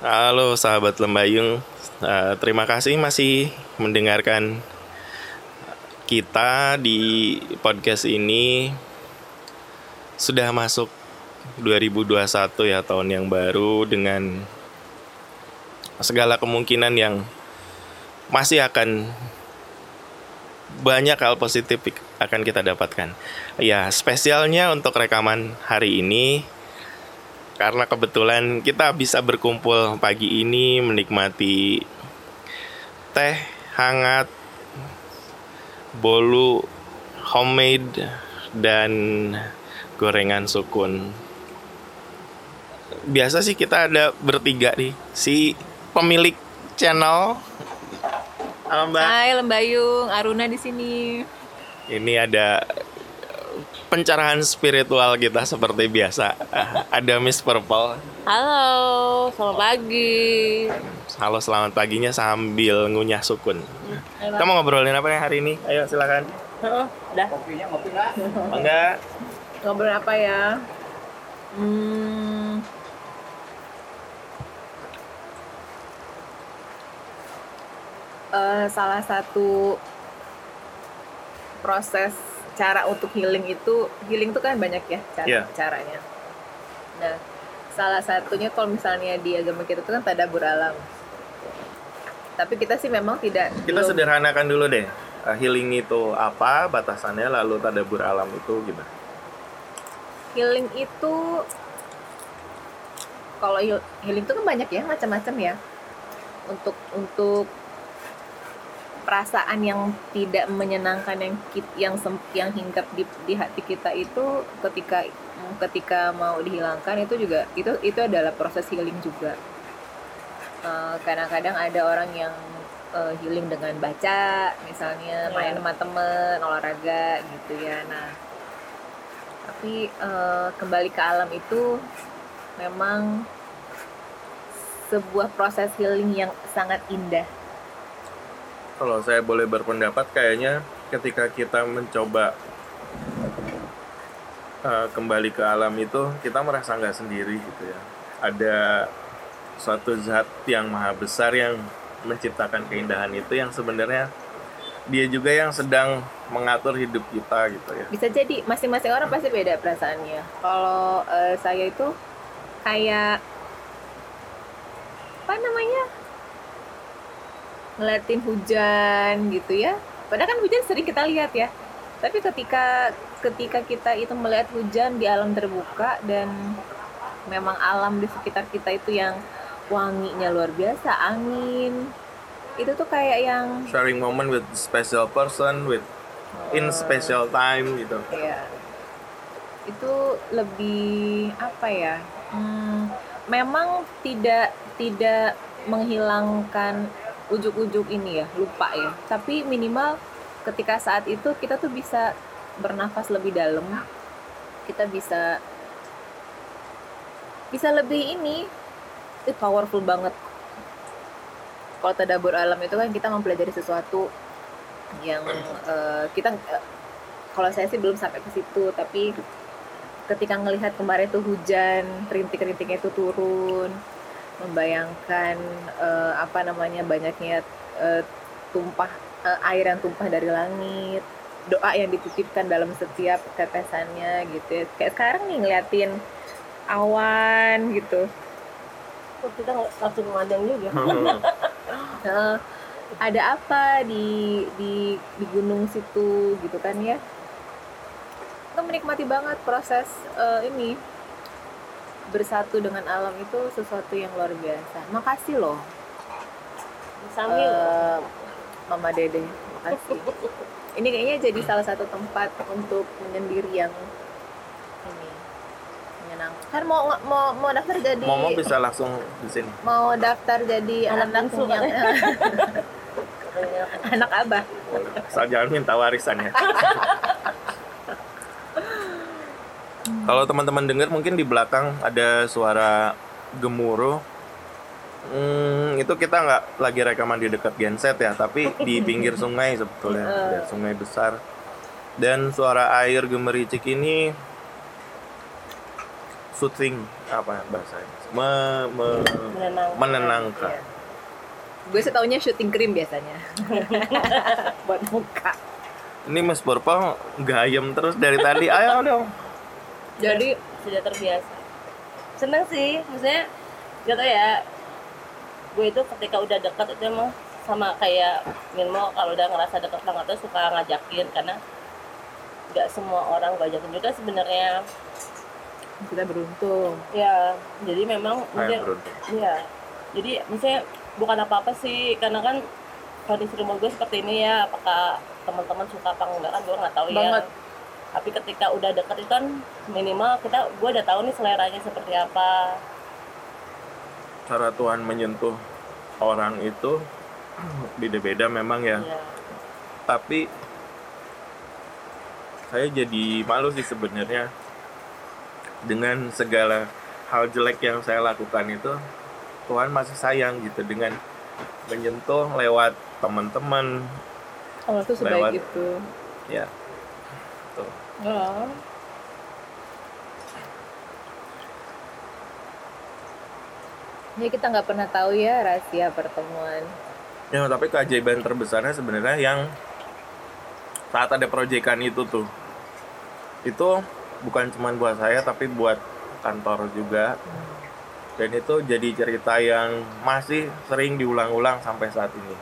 Halo sahabat Lembayung. Terima kasih masih mendengarkan kita di podcast ini. Sudah masuk 2021 ya, tahun yang baru dengan segala kemungkinan yang masih akan banyak hal positif akan kita dapatkan. Ya, spesialnya untuk rekaman hari ini karena kebetulan kita bisa berkumpul pagi ini menikmati teh hangat, bolu homemade, dan gorengan sukun. Biasa sih kita ada bertiga nih. Si pemilik channel, halo Mbak. Hai Lembayung, Aruna di sini. Ini ada pencerahan spiritual kita seperti biasa. Ada Miss Purple. Halo, selamat pagi. Halo, selamat paginya sambil ngunyah sukun. Kita mau ngobrolin apa nih hari ini? Ayo silakan. Udah. Enggak. Ngobrol apa ya? Salah satu proses cara untuk healing tuh kan banyak ya caranya. Nah, salah satunya kalau misalnya di agama kita tuh kan tadabbur alam. Tapi kita sih memang Kita sederhanakan dulu deh. Healing itu apa, batasannya, lalu tadabbur alam itu gimana? Healing itu, kalau healing itu kan banyak ya, macam-macam ya. Untuk perasaan yang tidak menyenangkan yang hinggap di hati kita itu ketika mau dihilangkan itu adalah proses healing juga. Kadang-kadang ada orang yang healing dengan baca, misalnya main sama temen, olahraga gitu ya. Nah, tapi kembali ke alam itu memang sebuah proses healing yang sangat indah. Kalau saya boleh berpendapat, kayaknya ketika kita mencoba kembali ke alam itu, kita merasa nggak sendiri gitu ya. Ada suatu zat yang maha besar yang menciptakan keindahan itu, yang sebenarnya dia juga yang sedang mengatur hidup kita gitu ya. Bisa jadi masing-masing orang pasti beda perasaannya. Kalau saya itu kayak apa namanya, ngeliatin hujan gitu ya. Padahal kan hujan sering kita lihat ya. Tapi ketika kita itu melihat hujan di alam terbuka dan memang alam di sekitar kita itu yang wanginya luar biasa, angin, itu tuh kayak yang sharing moment with special person, with in special time gitu. Iya. Itu lebih apa ya? Memang tidak menghilangkan ujuk-ujuk ini ya, lupa ya. Tapi minimal ketika saat itu kita tuh bisa bernafas lebih dalam. Kita bisa lebih itu powerful banget. Kalau tadabbur alam itu kan kita mempelajari sesuatu yang kalau saya sih belum sampai ke situ, tapi ketika ngelihat kemarin tuh hujan, rintik-rintiknya itu turun, membayangkan banyaknya air yang tumpah dari langit, doa yang dititipkan dalam setiap tetesannya gitu ya. Kayak sekarang nih ngeliatin awan gitu, kita langsung memandang juga. ada apa di gunung situ gitu kan ya. Kita menikmati banget proses ini bersatu dengan alam, itu sesuatu yang luar biasa. Makasih loh Sambil Mama Dede, makasih. Ini kayaknya jadi salah satu tempat untuk menyendiri yang ini menyenangkan. Kan mau daftar jadi Momo bisa langsung di sini. Mau daftar jadi anak yang anak abah. Asal jangan minta warisan ya. Kalau teman-teman dengar mungkin di belakang ada suara gemuruh. Itu kita nggak lagi rekaman di dekat genset ya, tapi di pinggir sungai sebetulnya, ada sungai besar. Dan suara air gemericik ini soothing, apa bahasanya, menenangkan. Iya. Gue sih taunya shooting cream biasanya buat muka. Ini Mas Purple gayem terus dari tadi. Ayo dong. Jadi Sudah terbiasa. Seneng sih, maksudnya gak tau ya, gue itu ketika udah dekat itu emang sama kayak Minmo, kalau udah ngerasa dekat banget tuh suka ngajakin, karena gak semua orang gue ajakin juga sebenarnya. kita beruntung. Ya, jadi memang Kayak mungkin beruntung. iya. Jadi misalnya bukan apa-apa sih, karena kan kondisi rumah gue seperti ini ya, apakah teman-teman suka apa enggak kan gue nggak tahu Banget. ya. Tapi ketika udah deket itu kan minimal gue udah tahu nih seleranya seperti apa. Cara Tuhan menyentuh orang itu beda-beda memang ya. Iya. Tapi saya jadi malu sih sebenarnya dengan segala hal jelek yang saya lakukan itu, Tuhan masih sayang gitu dengan menyentuh lewat teman-teman. Allah tuh Lewat. sebaik itu. Ya, tuh. Oh. Ya kita nggak pernah tahu ya rahasia pertemuan. Ya, tapi keajaiban terbesarnya sebenarnya yang saat ada proyekan itu tuh, itu bukan cuma buat saya tapi buat kantor juga, dan itu jadi cerita yang masih sering diulang-ulang sampai saat ini.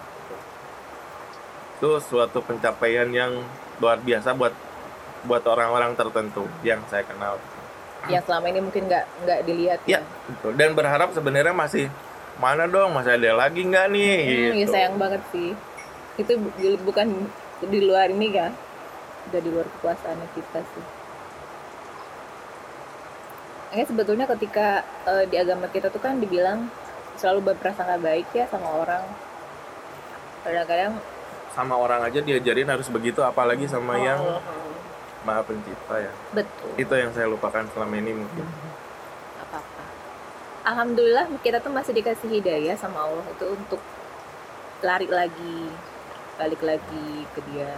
Itu suatu pencapaian yang luar biasa buat orang-orang tertentu yang saya kenal. Yang selama ini mungkin nggak dilihat Ya, betul. Dan berharap sebenarnya masih mana dong, masih ada lagi nggak nih? Ya Gitu. sayang banget sih. Itu bukan di luar ini kan, udah di luar kekuasaan kita sih. Ini sebetulnya ketika di agama kita tuh kan dibilang selalu berprasangka baik ya sama orang. Kadang-kadang Sama orang aja diajarin harus begitu, apalagi sama yang Oh, Maha Pencipta ya. betul. Itu yang saya lupakan selama ini mungkin. Apa-apa. Alhamdulillah kita tuh masih dikasih hidayah sama Allah itu untuk lari lagi, balik lagi ke Dia.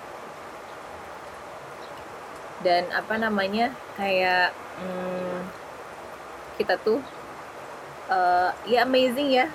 Dan apa namanya, kayak kita tuh ya amazing ya.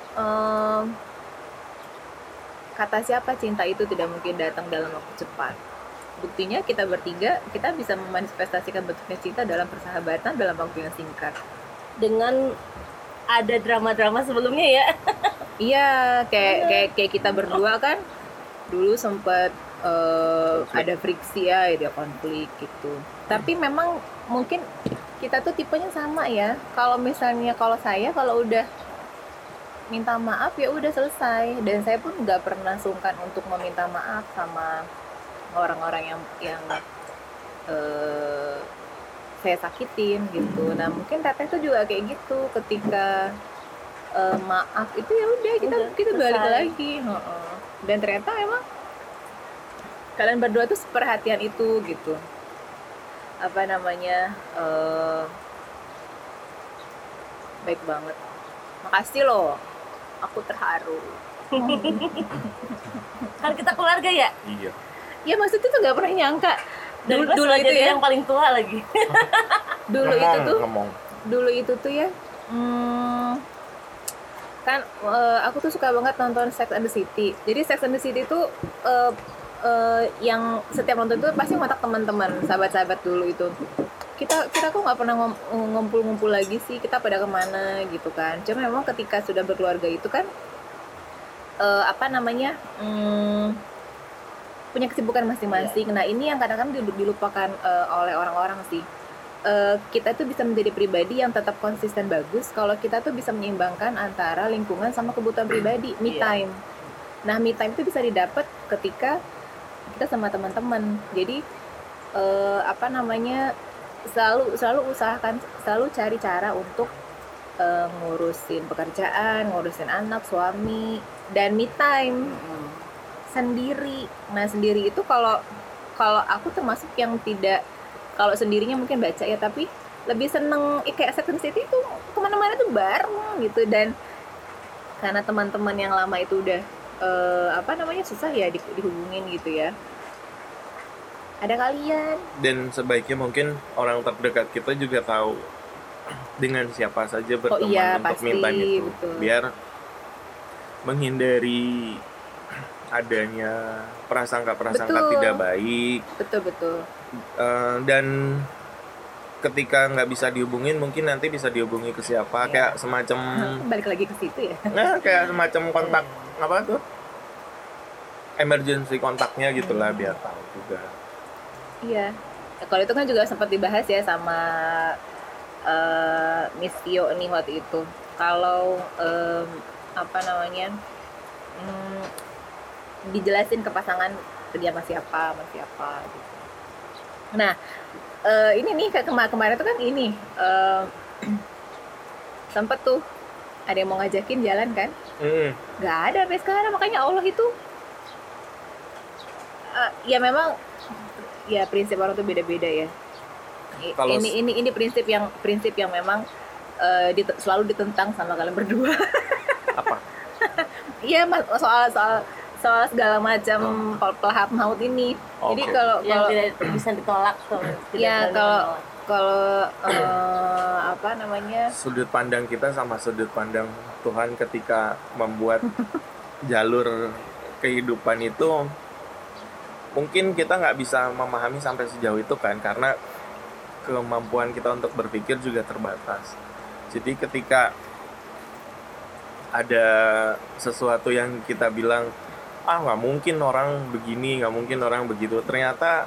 Kata siapa, cinta itu tidak mungkin datang dalam waktu cepat. Buktinya kita bertiga, kita bisa memanifestasikan bentuknya cinta dalam persahabatan dalam waktu yang singkat. dengan ada drama-drama sebelumnya ya. Iya, kayak kita berdua kan dulu sempat ada friksi ya, ada konflik gitu. Tapi memang mungkin kita tuh tipenya sama ya. Kalau misalnya kalau udah minta maaf ya udah selesai, dan saya pun nggak pernah sungkan untuk meminta maaf sama orang-orang yang saya sakitin gitu. Nah mungkin Teteh tuh juga kayak gitu, ketika maaf itu ya udah kita balik selesai. lagi. Heeh. Dan ternyata emang kalian berdua tuh seperhatian itu gitu. Apa namanya, baik banget. Makasih loh, aku terharu. Kan kita keluarga ya. Iya. Ya maksudnya tuh nggak pernah nyangka Dan gue dulu selalu itu jadi ya, yang paling tua lagi. dulu itu tuh ya, kan aku tuh suka banget nonton Sex and the City. Jadi Sex and the City tuh yang setiap nonton tuh pasti ngotak teman-teman, sahabat-sahabat dulu itu. Kita kok nggak pernah ngumpul-ngumpul lagi sih, kita pada kemana gitu kan. Cuma memang ketika sudah berkeluarga itu kan apa namanya, punya kesibukan masing-masing. Nah ini yang kadang-kadang dilupakan oleh orang-orang sih. Kita tuh bisa menjadi pribadi yang tetap konsisten bagus kalau kita tuh bisa menyeimbangkan antara lingkungan sama kebutuhan pribadi, me Iya. time. Nah me time itu bisa didapat ketika kita sama teman-teman. Jadi apa namanya, selalu usahakan, selalu cari cara untuk ngurusin pekerjaan, ngurusin anak, suami, dan me time sendiri. Nah sendiri itu kalau aku termasuk yang tidak, kalau sendirinya mungkin baca ya, tapi lebih seneng kayak Sex and the City itu kemana-mana tuh bareng gitu. Dan karena teman-teman yang lama itu udah apa namanya, susah ya dihubungin gitu ya, ada kalian. Dan sebaiknya mungkin orang terdekat kita juga tahu dengan siapa saja berteman iya, untuk pasti, me time itu, betul. biar menghindari adanya prasangka-prasangka Betul. tidak baik. Betul. Dan ketika nggak bisa dihubungin, mungkin nanti bisa dihubungi ke siapa, kayak semacam Balik lagi ke situ ya. kayak semacam kontak apa tuh, emergency kontaknya gitulah, biar tahu juga. Iya. Kalau itu kan juga sempat dibahas ya sama Miss Tio nih waktu itu. Kalau apa namanya, dijelasin ke pasangan dia sama siapa gitu. Nah, ini nih kemarin tuh kan ini sempet tuh ada yang mau ngajakin jalan kan, nggak ada sampai sekarang. Makanya Allah itu ya memang ya prinsip orang tuh beda-beda ya. Kalau Ini prinsip yang memang selalu ditentang sama kalian berdua. apa? Iya, soal segala macam pelahap maut ini. Jadi Oke. kalau yang tidak bisa ditolak tuh. ya kalau apa namanya, Sudut pandang kita sama sudut pandang Tuhan ketika membuat jalur kehidupan itu, mungkin kita nggak bisa memahami sampai sejauh itu kan, karena kemampuan kita untuk berpikir juga terbatas. Jadi ketika ada sesuatu yang kita bilang, nggak mungkin orang begini, nggak mungkin orang begitu, ternyata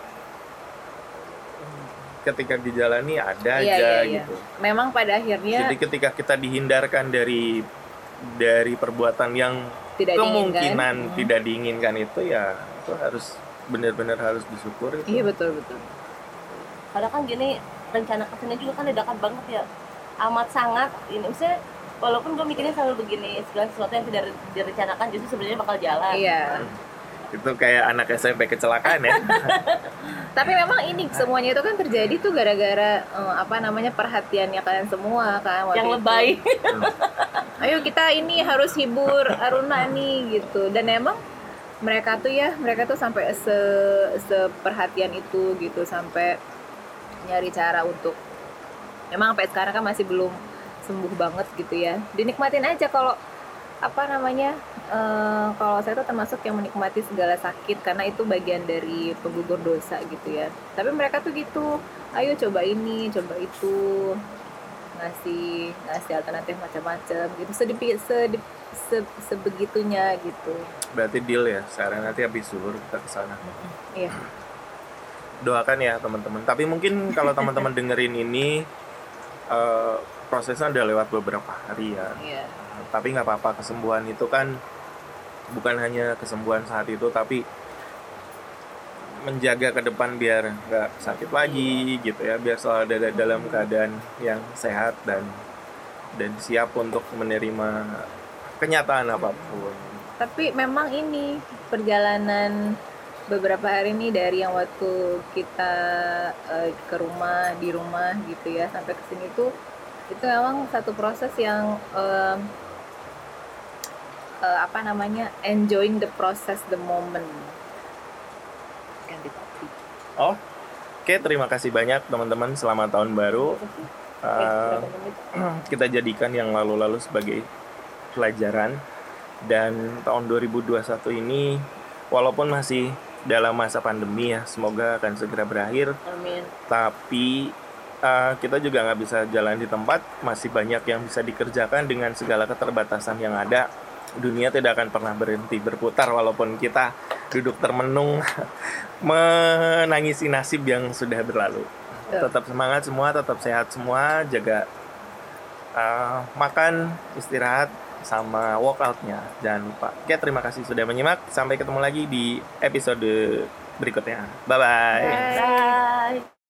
ketika dijalani ada aja iya. gitu. Memang pada akhirnya Jadi ketika kita dihindarkan dari perbuatan yang tidak kemungkinan tidak diinginkan itu, ya itu harus benar-benar harus disyukuri. Iya, betul. Padahal kan gini, rencana kesini juga kan dekat banget ya, amat sangat ini. Maksudnya walaupun gue mikirnya selalu begini, segala sesuatu yang tidak direncanakan justru sebenarnya bakal jalan. Iya. Itu kayak anak SMP kecelakaan ya. Tapi memang ini semuanya itu kan terjadi tuh gara-gara apa namanya, perhatiannya kalian semua kan waktu Yang itu. lebay. Ayo kita ini harus hibur Aruna nih gitu. Dan emang mereka tuh sampai seperhatian itu gitu, sampai nyari cara untuk, memang sampai sekarang kan masih belum sembuh banget gitu ya. Dinikmatin aja. Kalau apa namanya, kalau saya tuh termasuk yang menikmati segala sakit karena itu bagian dari penggugur dosa gitu ya. Tapi mereka tuh gitu, ayo coba ini, coba itu, ngasih alternatif macam-macam gitu, sebegitunya gitu. Berarti deal ya, sekarang nanti habis zuhur kita ke sana. Iya. Doakan ya teman-teman. Tapi mungkin kalau teman-teman dengerin ini, prosesnya udah lewat beberapa hari ya. Iya. Tapi nggak apa-apa, kesembuhan itu kan bukan hanya kesembuhan saat itu, tapi menjaga ke depan biar nggak sakit lagi gitu ya, biar selalu ada dalam keadaan yang sehat dan siap untuk menerima kenyataan apapun. Tapi memang ini perjalanan beberapa hari ini, dari yang waktu kita di rumah gitu ya sampai ke sini tuh, itu memang satu proses yang apa namanya, enjoying the process, the moment. Ganti topik. Oke, terima kasih banyak teman-teman. Selamat tahun baru. Berapa menit? Kita jadikan yang lalu-lalu sebagai pelajaran, dan tahun 2021 ini walaupun masih dalam masa pandemi ya, semoga akan segera berakhir. Amin. Tapi kita juga nggak bisa jalan di tempat, masih banyak yang bisa dikerjakan dengan segala keterbatasan yang ada. Dunia tidak akan pernah berhenti berputar walaupun kita duduk termenung menangisi nasib yang sudah berlalu. Tetap semangat semua, tetap sehat semua, jaga makan, istirahat, sama workoutnya jangan lupa. Oke, terima kasih sudah menyimak. Sampai ketemu lagi di episode berikutnya. Bye-bye. Bye.